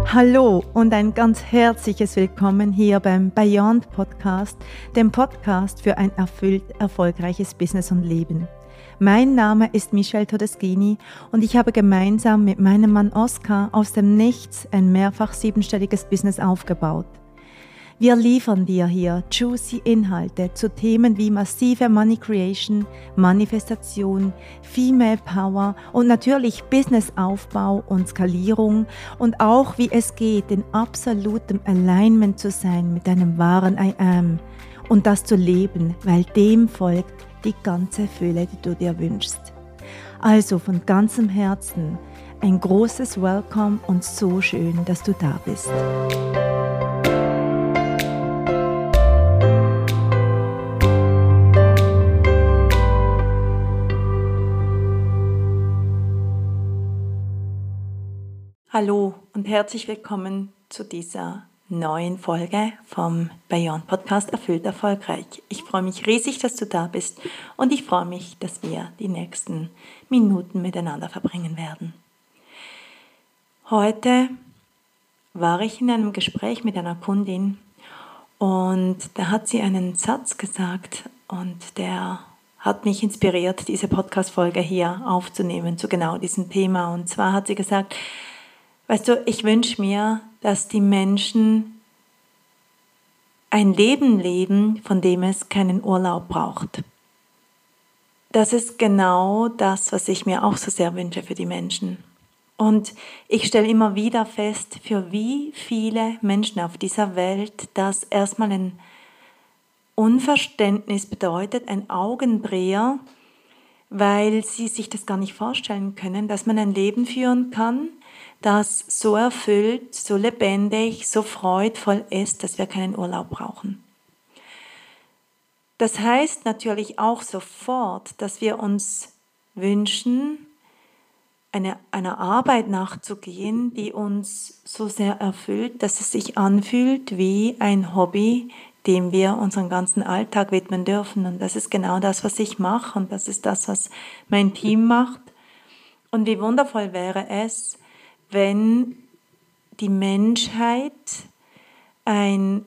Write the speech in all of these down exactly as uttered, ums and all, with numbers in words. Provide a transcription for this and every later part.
Hallo und ein ganz herzliches Willkommen hier beim Beyond Podcast, dem Podcast für ein erfüllt erfolgreiches Business und Leben. Mein Name ist Michelle Todeschini und ich habe gemeinsam mit meinem Mann Oskar aus dem Nichts ein mehrfach siebenstelliges Business aufgebaut. Wir liefern dir hier juicy Inhalte zu Themen wie massive Money Creation, Manifestation, Female Power und natürlich Businessaufbau und Skalierung und auch wie es geht, in absolutem Alignment zu sein mit deinem wahren I Am und das zu leben, weil dem folgt die ganze Fülle, die du dir wünschst. Also von ganzem Herzen ein großes Welcome und so schön, dass du da bist. Hallo und herzlich willkommen zu dieser neuen Folge vom Beyond Podcast Erfüllt Erfolgreich. Ich freue mich riesig, dass du da bist und ich freue mich, dass wir die nächsten Minuten miteinander verbringen werden. Heute war ich in einem Gespräch mit einer Kundin und da hat sie einen Satz gesagt und der hat mich inspiriert, diese Podcast-Folge hier aufzunehmen zu genau diesem Thema. Und zwar hat sie gesagt: Weißt du, ich wünsche mir, dass die Menschen ein Leben leben, von dem es keinen Urlaub braucht. Das ist genau das, was ich mir auch so sehr wünsche für die Menschen. Und ich stelle immer wieder fest, für wie viele Menschen auf dieser Welt das erstmal ein Unverständnis bedeutet, ein Augendreher, weil sie sich das gar nicht vorstellen können, dass man ein Leben führen kann, das so erfüllt, so lebendig, so freudvoll ist, dass wir keinen Urlaub brauchen. Das heißt natürlich auch sofort, dass wir uns wünschen, eine, einer Arbeit nachzugehen, die uns so sehr erfüllt, dass es sich anfühlt wie ein Hobby, dem wir unseren ganzen Alltag widmen dürfen. Und das ist genau das, was ich mache und das ist das, was mein Team macht. Und wie wundervoll wäre es, wenn die Menschheit ein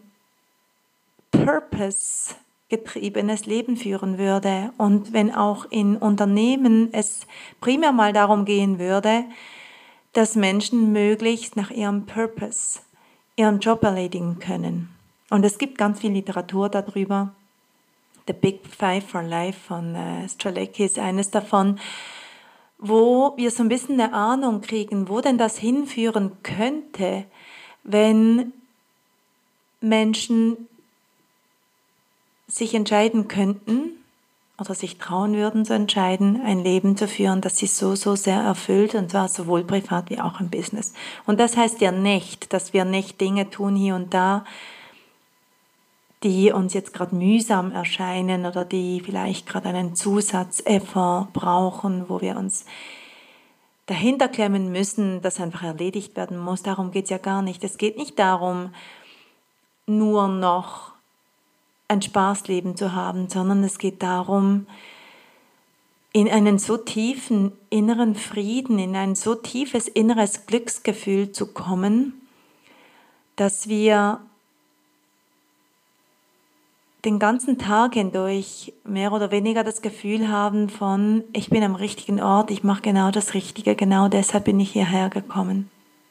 purpose-getriebenes Leben führen würde und wenn auch in Unternehmen es primär mal darum gehen würde, dass Menschen möglichst nach ihrem Purpose ihren Job erledigen können. Und es gibt ganz viel Literatur darüber. The Big Five for Life von äh, Strzelecki ist eines davon, wo wir so ein bisschen eine Ahnung kriegen, wo denn das hinführen könnte, wenn Menschen sich entscheiden könnten oder sich trauen würden zu entscheiden, ein Leben zu führen, das sie so, so sehr erfüllt, und zwar sowohl privat wie auch im Business. Und das heißt ja nicht, dass wir nicht Dinge tun hier und da, die uns jetzt gerade mühsam erscheinen oder die vielleicht gerade einen Zusatzeffort brauchen, wo wir uns dahinter klemmen müssen, das einfach erledigt werden muss. Darum geht es ja gar nicht. Es geht nicht darum, nur noch ein Spaßleben zu haben, sondern es geht darum, in einen so tiefen inneren Frieden, in ein so tiefes inneres Glücksgefühl zu kommen, dass wir den ganzen Tag hindurch mehr oder weniger das Gefühl haben von, ich bin am richtigen Ort, ich mache genau das Richtige, genau deshalb bin ich hierher gekommen.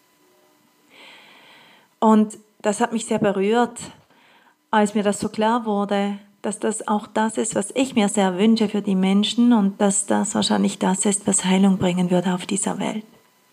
Und das hat mich sehr berührt, als mir das so klar wurde, dass das auch das ist, was ich mir sehr wünsche für die Menschen und dass das wahrscheinlich das ist, was Heilung bringen würde auf dieser Welt.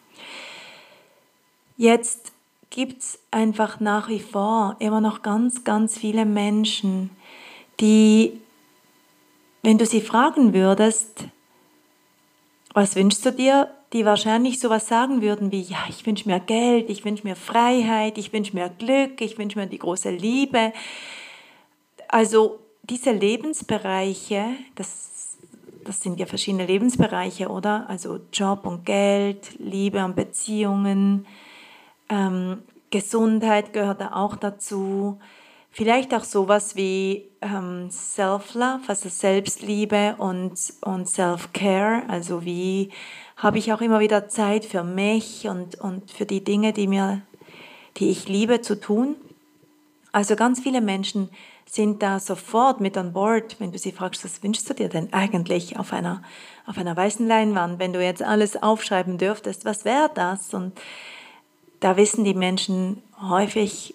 Jetzt gibt es einfach nach wie vor immer noch ganz, ganz viele Menschen, die, wenn du sie fragen würdest, was wünschst du dir, die wahrscheinlich sowas sagen würden wie, ja, ich wünsche mir Geld, ich wünsche mir Freiheit, ich wünsche mir Glück, ich wünsche mir die große Liebe. Also diese Lebensbereiche, das, das sind ja verschiedene Lebensbereiche, oder? Also Job und Geld, Liebe und Beziehungen, ähm, Gesundheit gehört da auch dazu. Vielleicht auch sowas wie ähm, Self-Love, also Selbstliebe und, und Self-Care, also wie habe ich auch immer wieder Zeit für mich und, und für die Dinge, die mir die ich liebe zu tun. Also ganz viele Menschen sind da sofort mit an Bord, wenn du sie fragst, was wünschst du dir denn eigentlich auf einer, auf einer weißen Leinwand, wenn du jetzt alles aufschreiben dürftest, was wäre das? Und da wissen die Menschen häufig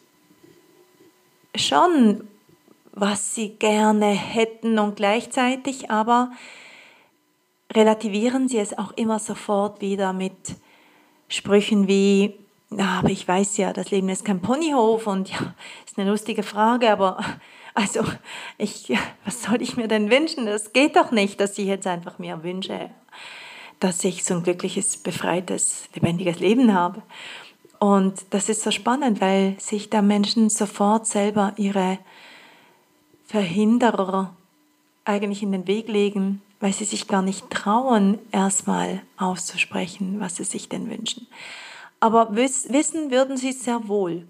schon, was sie gerne hätten und gleichzeitig aber relativieren sie es auch immer sofort wieder mit Sprüchen wie, ja, aber ich weiß ja, das Leben ist kein Ponyhof und ja, ist eine lustige Frage, aber also ich, was soll ich mir denn wünschen? Das geht doch nicht, dass ich jetzt einfach mir wünsche, dass ich so ein glückliches, befreites, lebendiges Leben habe. Und das ist so spannend, weil sich da Menschen sofort selber ihre Verhinderer eigentlich in den Weg legen, weil sie sich gar nicht trauen, erstmal auszusprechen, was sie sich denn wünschen. Aber wiss, wissen würden sie sehr wohl.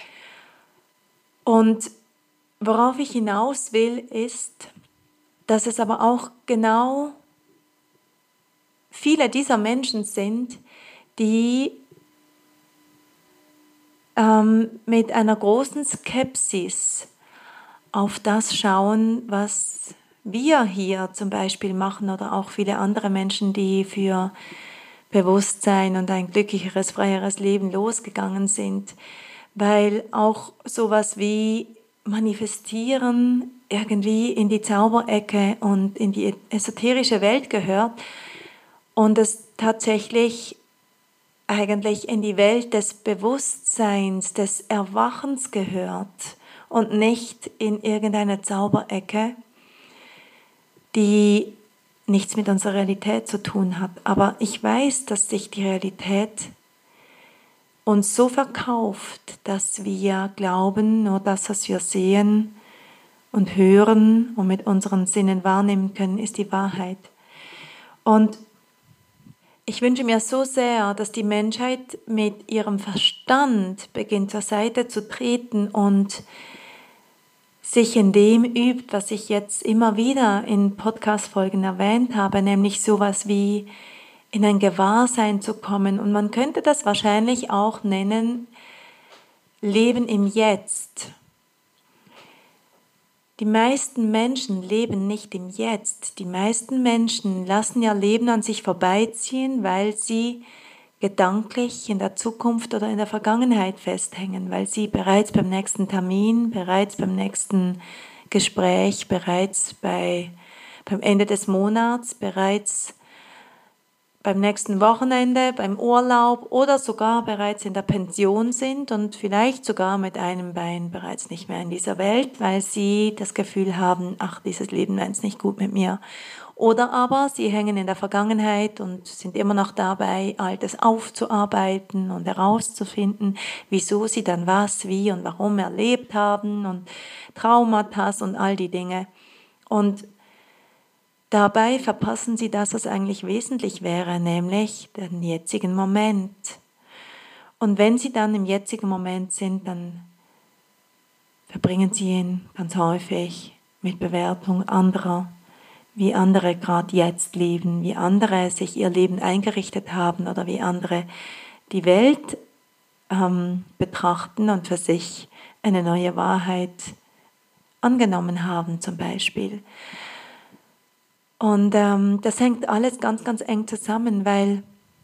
Und worauf ich hinaus will, ist, dass es aber auch genau viele dieser Menschen sind, die ähm, mit einer großen Skepsis auf das schauen, was wir hier zum Beispiel machen oder auch viele andere Menschen, die für Bewusstsein und ein glücklicheres, freieres Leben losgegangen sind, weil auch sowas wie Manifestieren irgendwie in die Zauberecke und in die esoterische Welt gehört und es tatsächlich eigentlich in die Welt des Bewusstseins, des Erwachens gehört und nicht in irgendeine Zauberecke, die nichts mit unserer Realität zu tun hat. Aber ich weiß, dass sich die Realität uns so verkauft, dass wir glauben, nur das, was wir sehen und hören und mit unseren Sinnen wahrnehmen können, ist die Wahrheit. Und ich wünsche mir so sehr, dass die Menschheit mit ihrem Verstand beginnt, zur Seite zu treten und sich in dem übt, was ich jetzt immer wieder in Podcast-Folgen erwähnt habe, nämlich sowas wie in ein Gewahrsein zu kommen. Und man könnte das wahrscheinlich auch nennen, Leben im Jetzt. Die meisten Menschen leben nicht im Jetzt. Die meisten Menschen lassen ihr Leben an sich vorbeiziehen, weil sie gedanklich in der Zukunft oder in der Vergangenheit festhängen, weil sie bereits beim nächsten Termin, bereits beim nächsten Gespräch, bereits bei, beim Ende des Monats, bereits beim nächsten Wochenende, beim Urlaub oder sogar bereits in der Pension sind und vielleicht sogar mit einem Bein bereits nicht mehr in dieser Welt, weil sie das Gefühl haben, ach, dieses Leben ist nicht gut mit mir. Oder aber sie hängen in der Vergangenheit und sind immer noch dabei, Altes aufzuarbeiten und herauszufinden, wieso sie dann was, wie und warum erlebt haben und Traumata und all die Dinge. Und dabei verpassen sie das, was eigentlich wesentlich wäre, nämlich den jetzigen Moment. Und wenn sie dann im jetzigen Moment sind, dann verbringen sie ihn ganz häufig mit Bewertung anderer, wie andere gerade jetzt leben, wie andere sich ihr Leben eingerichtet haben oder wie andere die Welt ähm, betrachten und für sich eine neue Wahrheit angenommen haben zum Beispiel. Und ähm, das hängt alles ganz, ganz eng zusammen, weil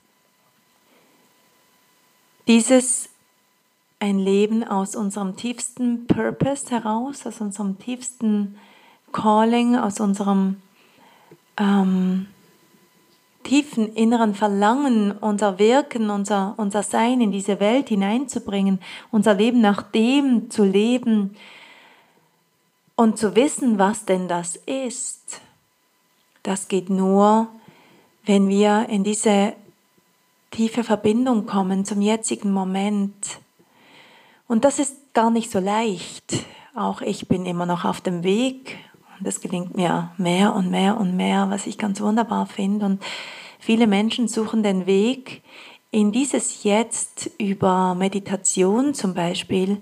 dieses ein Leben aus unserem tiefsten Purpose heraus, aus unserem tiefsten Calling, aus unserem ähm, tiefen inneren Verlangen, unser Wirken, unser, unser Sein in diese Welt hineinzubringen, unser Leben nach dem zu leben und zu wissen, was denn das ist. Das geht nur, wenn wir in diese tiefe Verbindung kommen zum jetzigen Moment. Und das ist gar nicht so leicht. Auch ich bin immer noch auf dem Weg und es gelingt mir mehr und mehr und mehr, was ich ganz wunderbar finde. Und viele Menschen suchen den Weg in dieses Jetzt über Meditation zum Beispiel.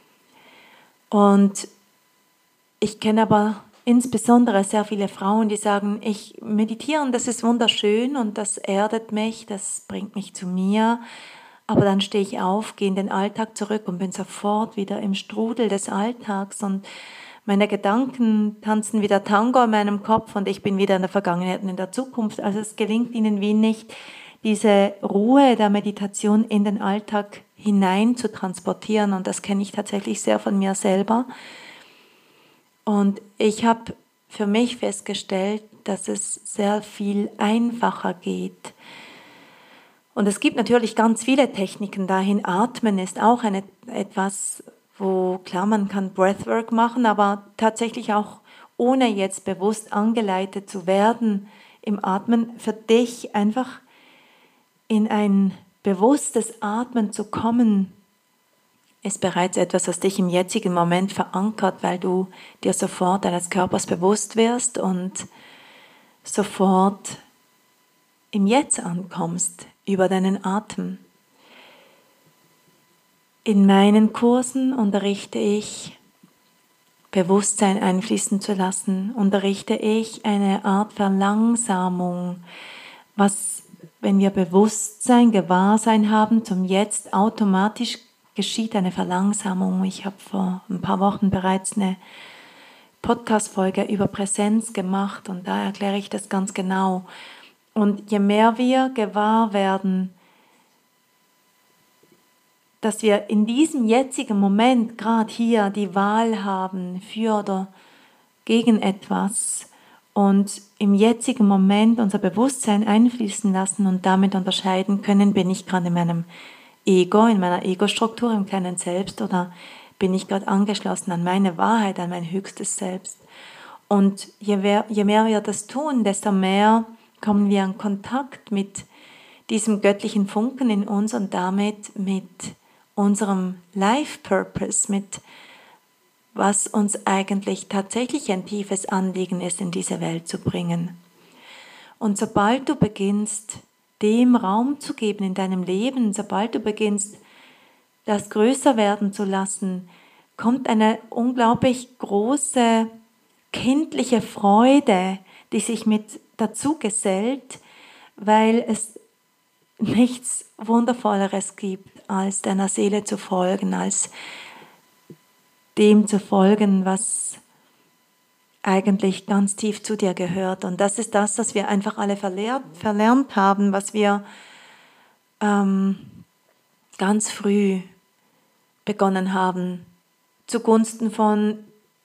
Und ich kenne aber insbesondere sehr viele Frauen, die sagen, ich meditiere und das ist wunderschön und das erdet mich, das bringt mich zu mir, Aber dann stehe ich auf, gehe in den Alltag zurück und bin sofort wieder im Strudel des Alltags und meine Gedanken tanzen wieder Tango in meinem Kopf und ich bin wieder in der Vergangenheit und in der Zukunft. Also es gelingt ihnen wie nicht, diese Ruhe der Meditation in den Alltag hinein zu transportieren. Und das kenne ich tatsächlich sehr von mir selber. Und ich habe für mich festgestellt, dass es sehr viel einfacher geht. Und es gibt natürlich ganz viele Techniken dahin. Atmen ist auch eine, etwas, wo, klar, man kann Breathwork machen, aber tatsächlich auch ohne jetzt bewusst angeleitet zu werden im Atmen, für dich einfach in ein bewusstes Atmen zu kommen, ist bereits etwas, was dich im jetzigen Moment verankert, weil du dir sofort deines Körpers bewusst wirst und sofort im Jetzt ankommst über deinen Atem. In meinen Kursen unterrichte ich, Bewusstsein einfließen zu lassen, unterrichte ich eine Art Verlangsamung, was, wenn wir Bewusstsein, Gewahrsein haben, zum Jetzt automatisch geschieht eine Verlangsamung. Ich habe vor ein paar Wochen bereits eine Podcast-Folge über Präsenz gemacht und da erkläre ich das ganz genau. Und je mehr wir gewahr werden, dass wir in diesem jetzigen Moment gerade hier die Wahl haben für oder gegen etwas und im jetzigen Moment unser Bewusstsein einfließen lassen und damit unterscheiden können, bin ich gerade in meinem Ego, in meiner Ego-Struktur, im kleinen Selbst oder bin ich gerade angeschlossen an meine Wahrheit, an mein höchstes Selbst. Und je mehr, je mehr wir das tun, desto mehr kommen wir in Kontakt mit diesem göttlichen Funken in uns und damit mit unserem Life Purpose, mit was uns eigentlich tatsächlich ein tiefes Anliegen ist, in diese Welt zu bringen. Und sobald du beginnst, dem Raum zu geben in deinem Leben, sobald du beginnst, das größer werden zu lassen, kommt eine unglaublich große kindliche Freude, die sich mit dazu gesellt, weil es nichts Wundervolleres gibt, als deiner Seele zu folgen, als dem zu folgen, was eigentlich ganz tief zu dir gehört. Und das ist das, was wir einfach alle verlernt, verlernt haben, was wir ähm, ganz früh begonnen haben, zugunsten von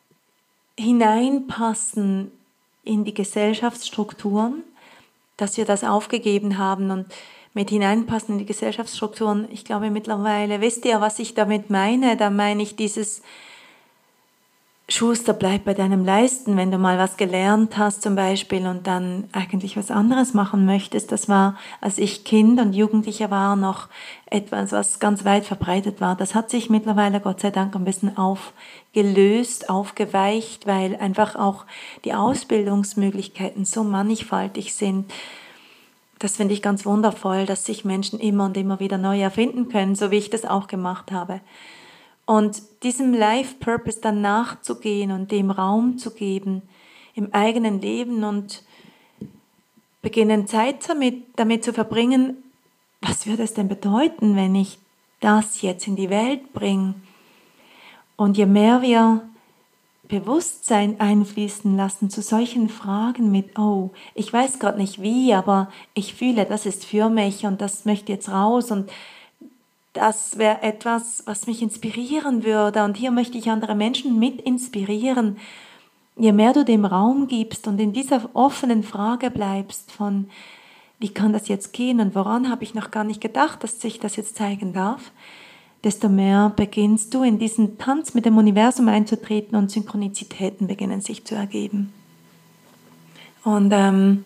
Hineinpassen in die Gesellschaftsstrukturen, dass wir das aufgegeben haben. Und mit hineinpassen in die Gesellschaftsstrukturen, ich glaube mittlerweile, wisst ihr, was ich damit meine? Da meine ich dieses Schuster, bleib bei deinem Leisten, wenn du mal was gelernt hast zum Beispiel und dann eigentlich was anderes machen möchtest. Das war, als ich Kind und Jugendlicher war, noch etwas, was ganz weit verbreitet war. Das hat sich mittlerweile, Gott sei Dank, ein bisschen aufgelöst, aufgeweicht, weil einfach auch die Ausbildungsmöglichkeiten so mannigfaltig sind. Das finde ich ganz wundervoll, dass sich Menschen immer und immer wieder neu erfinden können, so wie ich das auch gemacht habe. Und diesem Life-Purpose dann nachzugehen und dem Raum zu geben im eigenen Leben und beginnen Zeit damit, damit zu verbringen, was würde es denn bedeuten, wenn ich das jetzt in die Welt bringe? Und je mehr wir Bewusstsein einfließen lassen zu solchen Fragen mit, oh, ich weiß gerade nicht wie, aber ich fühle, das ist für mich und das möchte jetzt raus und das wäre etwas, was mich inspirieren würde und hier möchte ich andere Menschen mit inspirieren. Je mehr du dem Raum gibst und in dieser offenen Frage bleibst von, wie kann das jetzt gehen und woran habe ich noch gar nicht gedacht, dass sich das jetzt zeigen darf, desto mehr beginnst du in diesen Tanz mit dem Universum einzutreten und Synchronizitäten beginnen sich zu ergeben. Und ähm,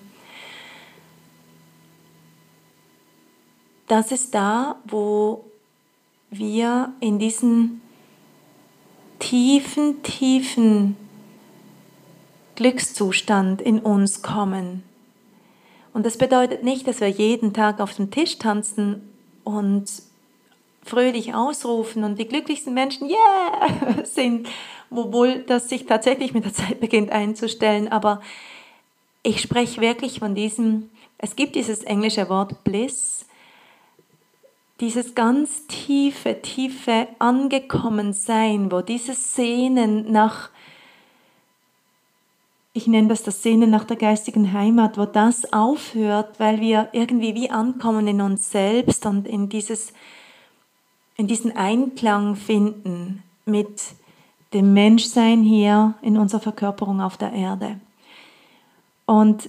das ist da, wo wir in diesen tiefen, tiefen Glückszustand in uns kommen. Und das bedeutet nicht, dass wir jeden Tag auf dem Tisch tanzen und fröhlich ausrufen und die glücklichsten Menschen, yeah, sind, obwohl das sich tatsächlich mit der Zeit beginnt einzustellen. Aber ich spreche wirklich von diesem, es gibt dieses englische Wort Bliss, dieses ganz tiefe, tiefe Angekommensein, wo dieses Sehnen nach, ich nenne das das Sehnen nach der geistigen Heimat, wo das aufhört, weil wir irgendwie wie ankommen in uns selbst und in, dieses, in diesen Einklang finden mit dem Menschsein hier in unserer Verkörperung auf der Erde. Und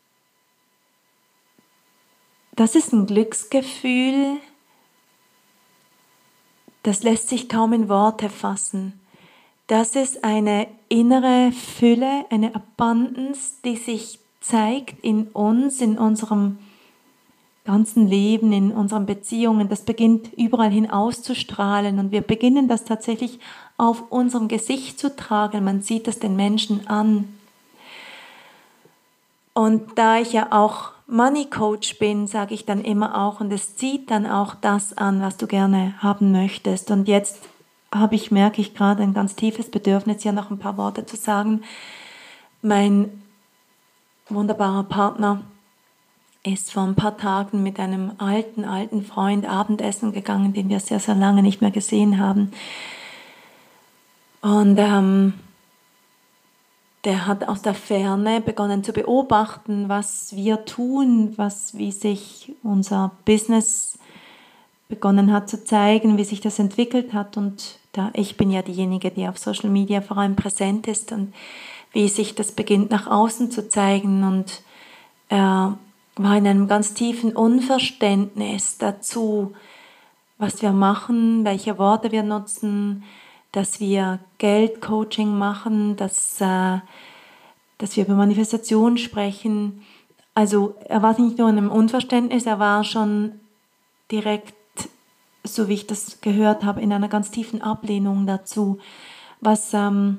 das ist ein Glücksgefühl, das lässt sich kaum in Worte fassen. Das ist eine innere Fülle, eine Abundance, die sich zeigt in uns, in unserem ganzen Leben, in unseren Beziehungen. Das beginnt überall hin auszustrahlen und wir beginnen das tatsächlich auf unserem Gesicht zu tragen. Man sieht das den Menschen an. Und da ich ja auch Money Coach bin, sage ich dann immer auch, und es zieht dann auch das an, was du gerne haben möchtest. Und jetzt habe ich, merke ich gerade, ein ganz tiefes Bedürfnis, hier noch ein paar Worte zu sagen. Mein wunderbarer Partner ist vor ein paar Tagen mit einem alten, alten Freund Abendessen gegangen, den wir sehr, sehr lange nicht mehr gesehen haben. Und ähm, der hat aus der Ferne begonnen zu beobachten, was wir tun, was, wie sich unser Business begonnen hat zu zeigen, wie sich das entwickelt hat. Und da ich bin ja diejenige, die auf Social Media vor allem präsent ist und wie sich das beginnt nach außen zu zeigen. Und er war in einem ganz tiefen Unverständnis dazu, was wir machen, welche Worte wir nutzen, dass wir Geldcoaching machen, dass, äh, dass wir über Manifestation sprechen. Also er war nicht nur in einem Unverständnis, er war schon direkt, so wie ich das gehört habe, in einer ganz tiefen Ablehnung dazu, was ähm,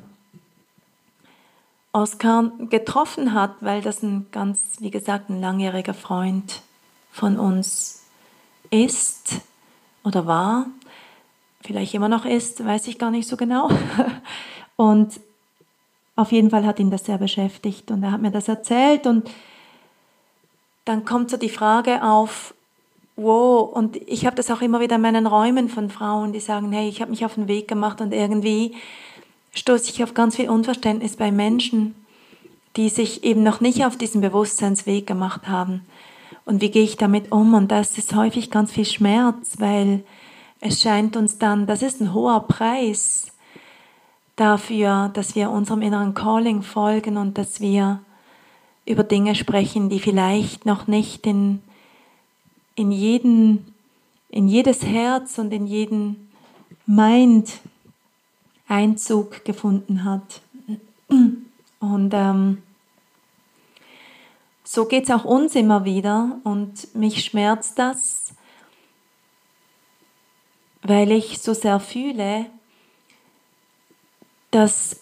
Oskar getroffen hat, weil das ein ganz, wie gesagt, ein langjähriger Freund von uns ist oder war. Vielleicht immer noch ist, weiß ich gar nicht so genau. Und auf jeden Fall hat ihn das sehr beschäftigt und er hat mir das erzählt und dann kommt so die Frage auf, wow, und ich habe das auch immer wieder in meinen Räumen von Frauen, die sagen, hey, ich habe mich auf den Weg gemacht und irgendwie stoße ich auf ganz viel Unverständnis bei Menschen, die sich eben noch nicht auf diesen Bewusstseinsweg gemacht haben. Und wie gehe ich damit um? Und das ist häufig ganz viel Schmerz, weil es scheint uns dann, das ist ein hoher Preis dafür, dass wir unserem inneren Calling folgen und dass wir über Dinge sprechen, die vielleicht noch nicht in, in, jeden, in jedes Herz und in jeden Mind Einzug gefunden hat. Und ähm, so geht es auch uns immer wieder und mich schmerzt das, weil ich so sehr fühle, dass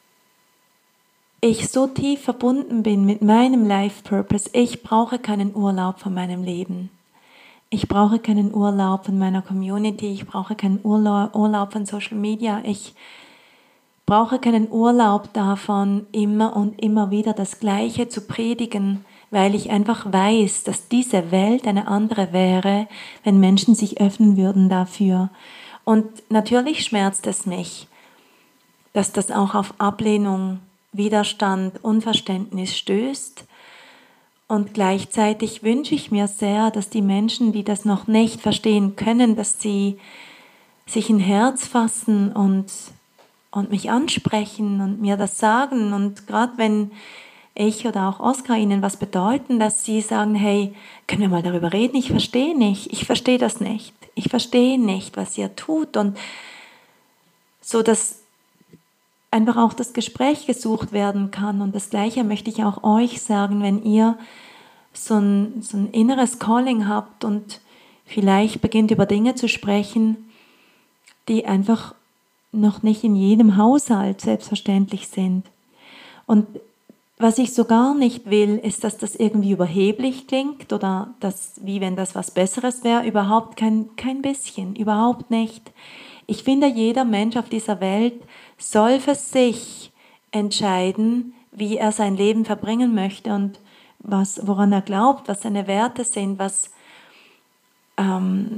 ich so tief verbunden bin mit meinem Life Purpose. Ich brauche keinen Urlaub von meinem Leben. Ich brauche keinen Urlaub von meiner Community. Ich brauche keinen Urlaub, Urlaub von Social Media. Ich brauche keinen Urlaub davon, immer und immer wieder das Gleiche zu predigen, weil ich einfach weiß, dass diese Welt eine andere wäre, wenn Menschen sich öffnen würden dafür. Und natürlich schmerzt es mich, dass das auch auf Ablehnung, Widerstand, Unverständnis stößt. Und gleichzeitig wünsche ich mir sehr, dass die Menschen, die das noch nicht verstehen können, dass sie sich ein Herz fassen und, und mich ansprechen und mir das sagen. Und gerade wenn ich oder auch Oskar ihnen was bedeuten, dass sie sagen, hey, können wir mal darüber reden? Ich verstehe nicht, ich verstehe das nicht. Ich verstehe nicht, was ihr tut. Und so, dass einfach auch das Gespräch gesucht werden kann. Und das Gleiche möchte ich auch euch sagen, wenn ihr so ein, so ein inneres Calling habt und vielleicht beginnt über Dinge zu sprechen, die einfach noch nicht in jedem Haushalt selbstverständlich sind. Und was ich so gar nicht will, ist, dass das irgendwie überheblich klingt oder dass, wie wenn das was Besseres wäre. Überhaupt kein, kein bisschen, überhaupt nicht. Ich finde, jeder Mensch auf dieser Welt soll für sich entscheiden, wie er sein Leben verbringen möchte und was, woran er glaubt, was seine Werte sind, was, ähm,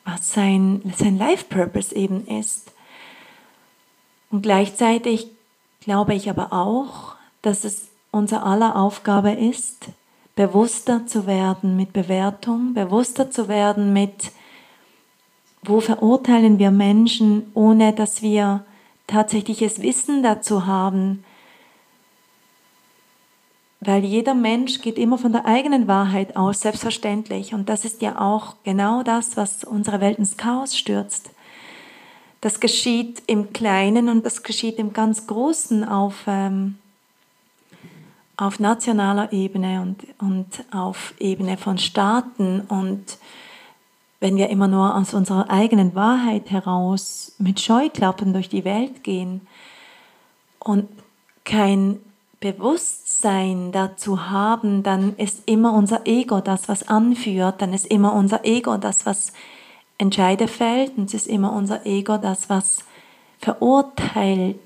was sein, sein Life Purpose eben ist. Und gleichzeitig glaube ich aber auch, dass es unser aller Aufgabe ist, bewusster zu werden mit Bewertung, bewusster zu werden mit, wo verurteilen wir Menschen, ohne dass wir tatsächliches Wissen dazu haben. Weil jeder Mensch geht immer von der eigenen Wahrheit aus, selbstverständlich. Und das ist ja auch genau das, was unsere Welt ins Chaos stürzt. Das geschieht im Kleinen und das geschieht im ganz Großen auf, ähm, auf nationaler Ebene und, und auf Ebene von Staaten. Und wenn wir immer nur aus unserer eigenen Wahrheit heraus mit Scheuklappen durch die Welt gehen und kein Bewusstsein dazu haben, dann ist immer unser Ego das, was anführt, dann ist immer unser Ego das, was Entscheide fällt, und es ist immer unser Ego das, was verurteilt.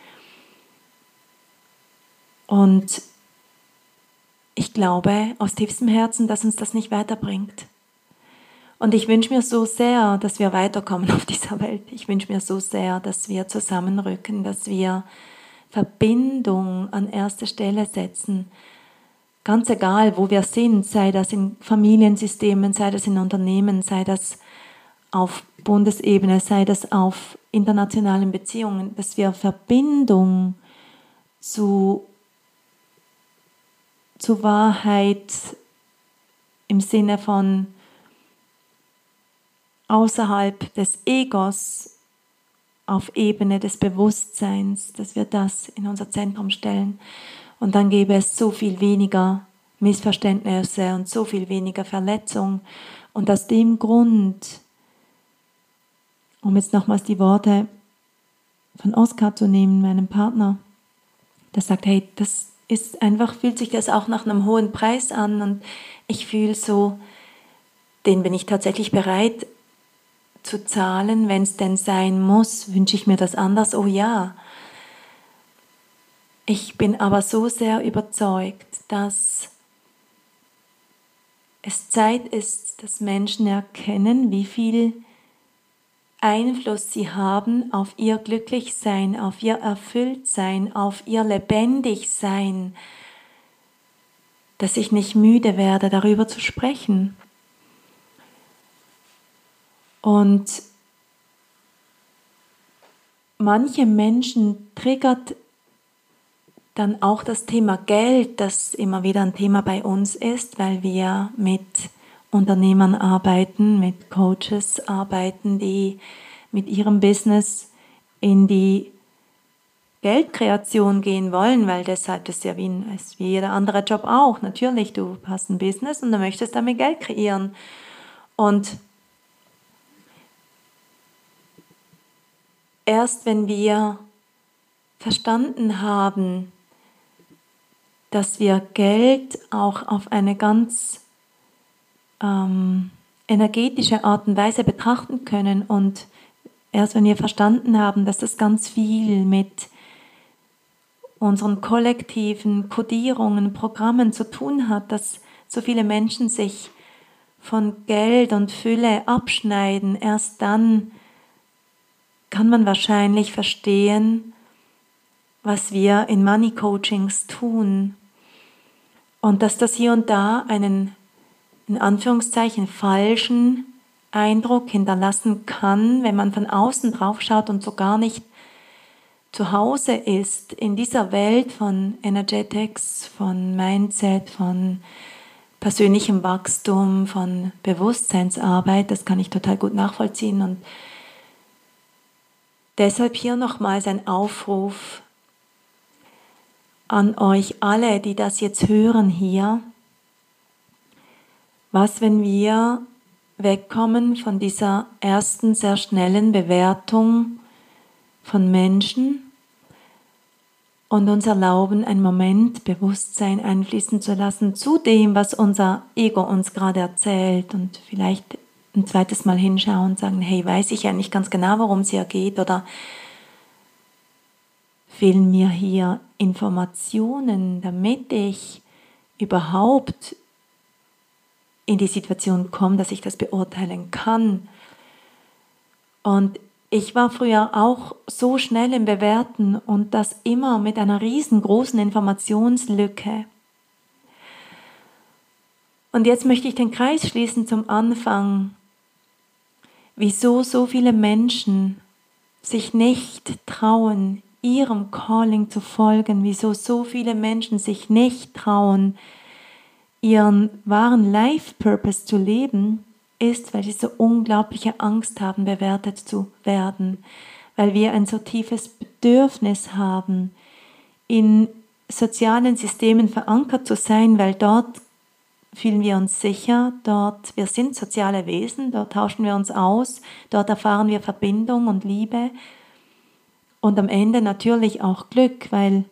Und ich glaube aus tiefstem Herzen, dass uns das nicht weiterbringt. Und ich wünsche mir so sehr, dass wir weiterkommen auf dieser Welt. Ich wünsche mir so sehr, dass wir zusammenrücken, dass wir Verbindung an erste Stelle setzen. Ganz egal, wo wir sind, sei das in Familiensystemen, sei das in Unternehmen, sei das auf Bundesebene, sei das auf internationalen Beziehungen, dass wir Verbindung zu, zu Wahrheit im Sinne von außerhalb des Egos auf Ebene des Bewusstseins, dass wir das in unser Zentrum stellen. Und dann gäbe es so viel weniger Missverständnisse und so viel weniger Verletzung. Und aus dem Grund, um jetzt nochmals die Worte von Oskar zu nehmen, meinem Partner, der sagt, hey, das ist einfach, fühlt sich das auch nach einem hohen Preis an und ich fühle so, den bin ich tatsächlich bereit zu zahlen, wenn es denn sein muss, wünsche ich mir das anders, oh ja. Ich bin aber so sehr überzeugt, dass es Zeit ist, dass Menschen erkennen, wie viel Einfluss sie haben auf ihr Glücklichsein, auf ihr Erfülltsein, auf ihr Lebendigsein, dass ich nicht müde werde, darüber zu sprechen. Und manche Menschen triggert dann auch das Thema Geld, das immer wieder ein Thema bei uns ist, weil wir mit Unternehmern arbeiten, mit Coaches arbeiten, die mit ihrem Business in die Geldkreation gehen wollen, weil deshalb das ja wie, ein, ist wie jeder andere Job auch. Natürlich, du hast ein Business und du möchtest damit Geld kreieren. Und erst wenn wir verstanden haben, dass wir Geld auch auf eine ganz ähm, energetische Art und Weise betrachten können und erst wenn wir verstanden haben, dass das ganz viel mit unseren kollektiven Kodierungen, Programmen zu tun hat, dass so viele Menschen sich von Geld und Fülle abschneiden, erst dann kann man wahrscheinlich verstehen, was wir in Money Coachings tun. Und dass das hier und da einen, in Anführungszeichen, falschen Eindruck hinterlassen kann, wenn man von außen drauf schaut und so gar nicht zu Hause ist in dieser Welt von Energetics, von Mindset, von persönlichem Wachstum, von Bewusstseinsarbeit. Das kann ich total gut nachvollziehen. Und deshalb hier nochmals ein Aufruf an euch alle, die das jetzt hören hier. Was, wenn wir wegkommen von dieser ersten sehr schnellen Bewertung von Menschen und uns erlauben, einen Moment Bewusstsein einfließen zu lassen zu dem, was unser Ego uns gerade erzählt und vielleicht ein zweites Mal hinschauen und sagen, hey, weiß ich ja nicht ganz genau, worum es hier geht oder fehlen mir hier Informationen, damit ich überhaupt in die Situation komme, dass ich das beurteilen kann. Und ich war früher auch so schnell im Bewerten und das immer mit einer riesengroßen Informationslücke. Und jetzt möchte ich den Kreis schließen zum Anfang. Wieso so viele Menschen sich nicht trauen, ihrem Calling zu folgen, wieso so viele Menschen sich nicht trauen, ihren wahren Life-Purpose zu leben, ist, weil sie so unglaubliche Angst haben, bewertet zu werden, weil wir ein so tiefes Bedürfnis haben, in sozialen Systemen verankert zu sein, weil dort fühlen wir uns sicher, dort, wir sind soziale Wesen, dort tauschen wir uns aus, dort erfahren wir Verbindung und Liebe und am Ende natürlich auch Glück, weil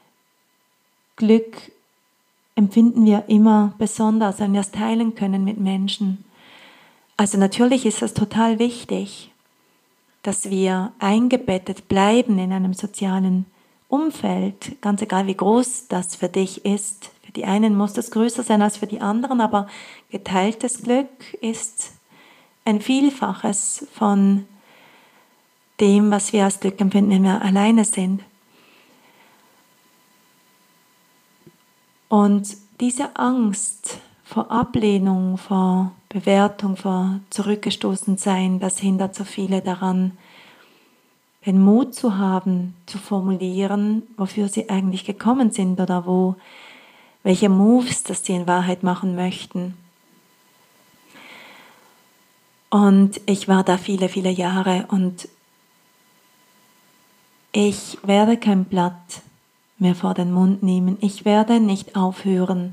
Glück empfinden wir immer besonders, wenn wir es teilen können mit Menschen. Also natürlich ist es total wichtig, dass wir eingebettet bleiben in einem sozialen Umfeld, ganz egal wie groß das für dich ist. Für die einen muss das größer sein als für die anderen, aber geteiltes Glück ist ein Vielfaches von dem, was wir als Glück empfinden, wenn wir alleine sind. Und diese Angst vor Ablehnung, vor Bewertung, vor Zurückgestoßensein, das hindert so viele daran, den Mut zu haben, zu formulieren, wofür sie eigentlich gekommen sind oder wo, welche Moves, das sie in Wahrheit machen möchten. Und ich war da viele, viele Jahre und ich werde kein Blatt mehr vor den Mund nehmen. Ich werde nicht aufhören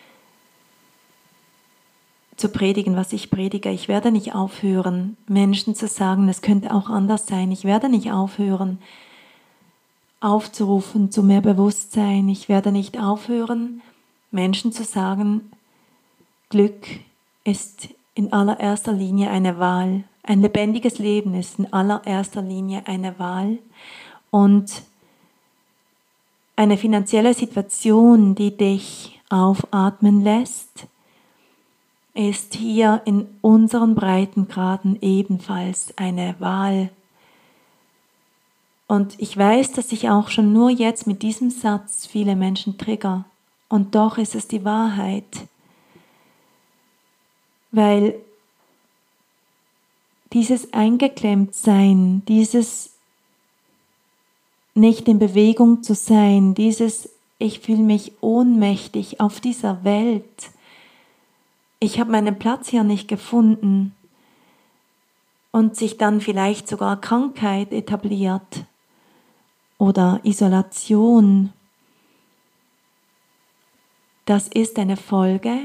zu predigen, was ich predige. Ich werde nicht aufhören, Menschen zu sagen, es könnte auch anders sein. Ich werde nicht aufhören, aufzurufen zu mehr Bewusstsein. Ich werde nicht aufhören, Menschen zu sagen, Glück ist in allererster Linie eine Wahl. Ein lebendiges Leben ist in allererster Linie eine Wahl. Und eine finanzielle Situation, die dich aufatmen lässt, ist hier in unseren Breitengraden ebenfalls eine Wahl. Und ich weiß, dass ich auch schon nur jetzt mit diesem Satz viele Menschen trigger. Und doch ist es die Wahrheit. Weil dieses Eingeklemmtsein, dieses nicht in Bewegung zu sein, dieses ich fühle mich ohnmächtig auf dieser Welt, ich habe meinen Platz hier nicht gefunden und sich dann vielleicht sogar Krankheit etabliert oder Isolation, das ist eine Folge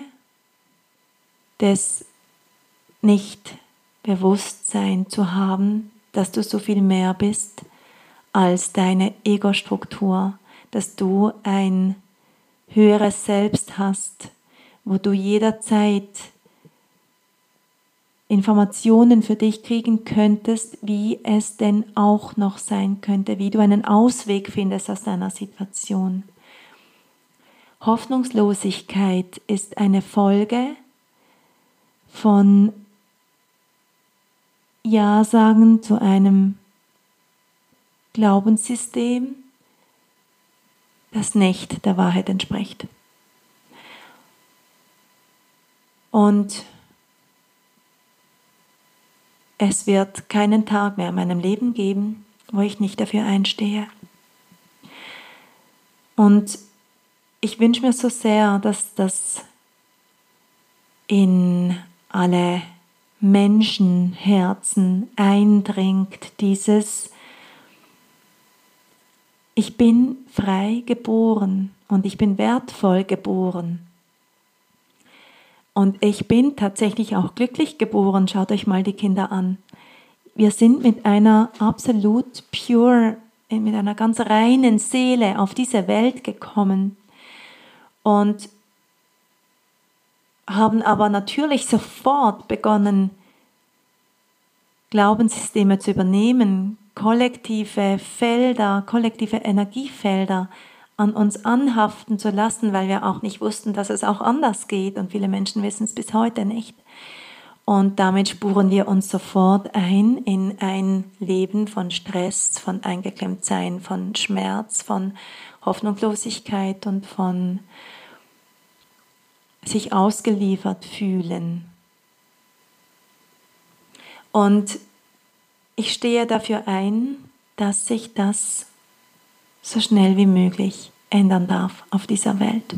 des Nicht-Bewusstsein zu haben, dass du so viel mehr bist als deine Ego-Struktur, dass du ein höheres Selbst hast, wo du jederzeit Informationen für dich kriegen könntest, wie es denn auch noch sein könnte, wie du einen Ausweg findest aus deiner Situation. Hoffnungslosigkeit ist eine Folge von Ja sagen zu einem Glaubenssystem, das nicht der Wahrheit entspricht. Und es wird keinen Tag mehr in meinem Leben geben, wo ich nicht dafür einstehe. Und ich wünsche mir so sehr, dass das in alle Menschenherzen eindringt, dieses Ich bin frei geboren und ich bin wertvoll geboren. Und ich bin tatsächlich auch glücklich geboren. Schaut euch mal die Kinder an. Wir sind mit einer absolut pure, mit einer ganz reinen Seele auf diese Welt gekommen und haben aber natürlich sofort begonnen, Glaubenssysteme zu übernehmen, kollektive Felder, kollektive Energiefelder an uns anhaften zu lassen, weil wir auch nicht wussten, dass es auch anders geht und viele Menschen wissen es bis heute nicht. Und damit spuren wir uns sofort ein in ein Leben von Stress, von Eingeklemmtsein, von Schmerz, von Hoffnungslosigkeit und von sich ausgeliefert fühlen. Und ich stehe dafür ein, dass sich das so schnell wie möglich ändern darf auf dieser Welt.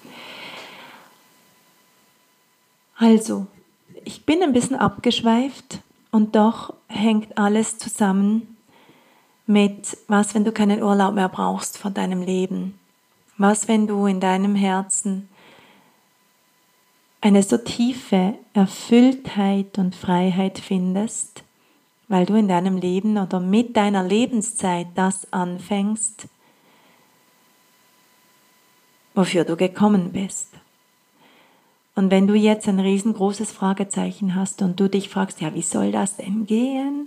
Also, ich bin ein bisschen abgeschweift und doch hängt alles zusammen mit, was, wenn du keinen Urlaub mehr brauchst von deinem Leben? Was, wenn du in deinem Herzen eine so tiefe Erfülltheit und Freiheit findest, weil du in deinem Leben oder mit deiner Lebenszeit das anfängst, wofür du gekommen bist. Und wenn du jetzt ein riesengroßes Fragezeichen hast und du dich fragst, ja, wie soll das denn gehen?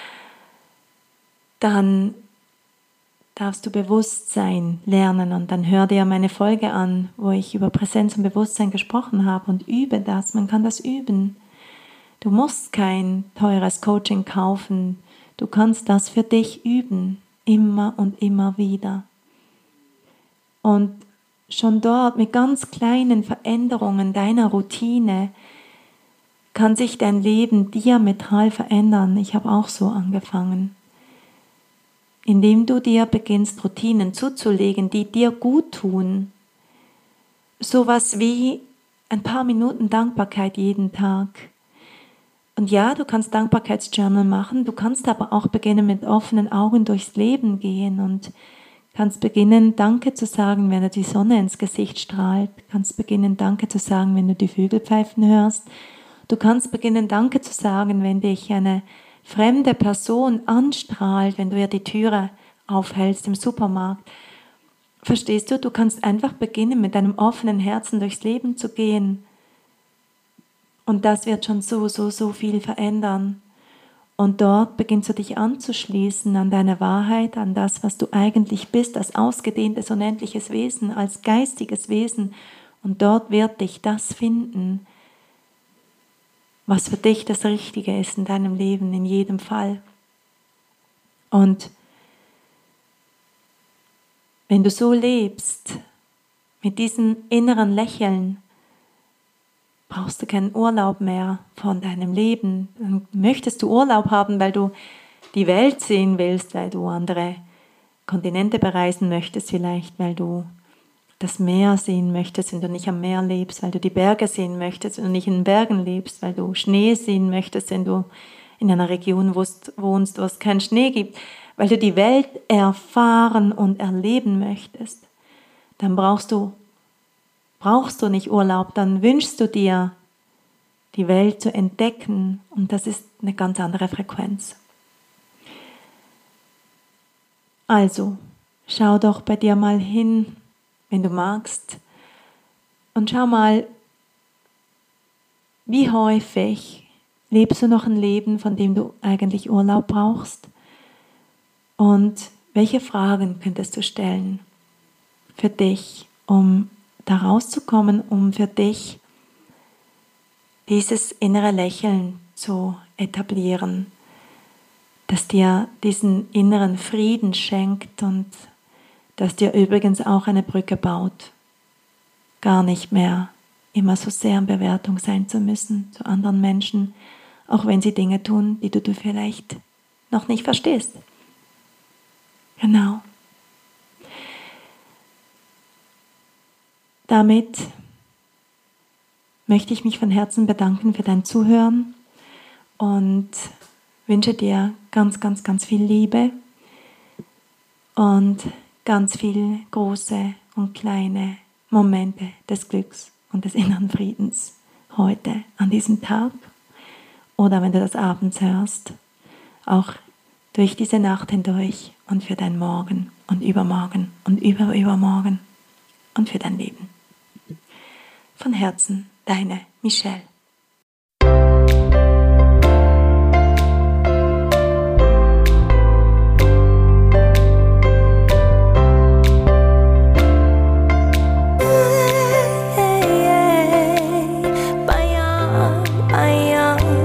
Dann darfst du Bewusstsein lernen und dann hör dir meine Folge an, wo ich über Präsenz und Bewusstsein gesprochen habe und übe das. Man kann das üben. Du musst kein teures Coaching kaufen. Du kannst das für dich üben, immer und immer wieder. Und schon dort mit ganz kleinen Veränderungen deiner Routine kann sich dein Leben diametral verändern. Ich habe auch so angefangen. Indem du dir beginnst, Routinen zuzulegen, die dir gut tun. Sowas wie ein paar Minuten Dankbarkeit jeden Tag. Und ja, du kannst Dankbarkeitsjournal machen, du kannst aber auch beginnen, mit offenen Augen durchs Leben gehen und kannst beginnen, Danke zu sagen, wenn dir die Sonne ins Gesicht strahlt. Du kannst beginnen, Danke zu sagen, wenn du die Vögel pfeifen hörst. Du kannst beginnen, Danke zu sagen, wenn dich eine fremde Person anstrahlt, wenn du ihr die Türe aufhältst im Supermarkt. Verstehst du? Du kannst einfach beginnen, mit deinem offenen Herzen durchs Leben zu gehen. Und das wird schon so, so, so viel verändern. Und dort beginnst du dich anzuschließen an deine Wahrheit, an das, was du eigentlich bist, als ausgedehntes, unendliches Wesen, als geistiges Wesen. Und dort wird dich das finden, was für dich das Richtige ist in deinem Leben, in jedem Fall. Und wenn du so lebst, mit diesem inneren Lächeln, brauchst du keinen Urlaub mehr von deinem Leben. Dann möchtest du Urlaub haben, weil du die Welt sehen willst, weil du andere Kontinente bereisen möchtest vielleicht, weil du das Meer sehen möchtest, wenn du nicht am Meer lebst, weil du die Berge sehen möchtest, wenn du nicht in den Bergen lebst, weil du Schnee sehen möchtest, wenn du in einer Region wohnst, wo es keinen Schnee gibt, weil du die Welt erfahren und erleben möchtest, dann brauchst du brauchst du nicht Urlaub, dann wünschst du dir, die Welt zu entdecken und das ist eine ganz andere Frequenz. Also, schau doch bei dir mal hin, wenn du magst, und schau mal, wie häufig lebst du noch ein Leben, von dem du eigentlich Urlaub brauchst? Und welche Fragen könntest du stellen für dich, um da rauszukommen, um für dich dieses innere Lächeln zu etablieren, das dir diesen inneren Frieden schenkt und das dir übrigens auch eine Brücke baut, gar nicht mehr immer so sehr in Bewertung sein zu müssen zu anderen Menschen, auch wenn sie Dinge tun, die du, du vielleicht noch nicht verstehst. Genau. Damit möchte ich mich von Herzen bedanken für dein Zuhören und wünsche dir ganz, ganz, ganz viel Liebe und ganz viele große und kleine Momente des Glücks und des inneren Friedens heute an diesem Tag oder wenn du das abends hörst, auch durch diese Nacht hindurch und für dein Morgen und übermorgen und überübermorgen und für dein Leben. Von Herzen, deine Michelle. Beyond.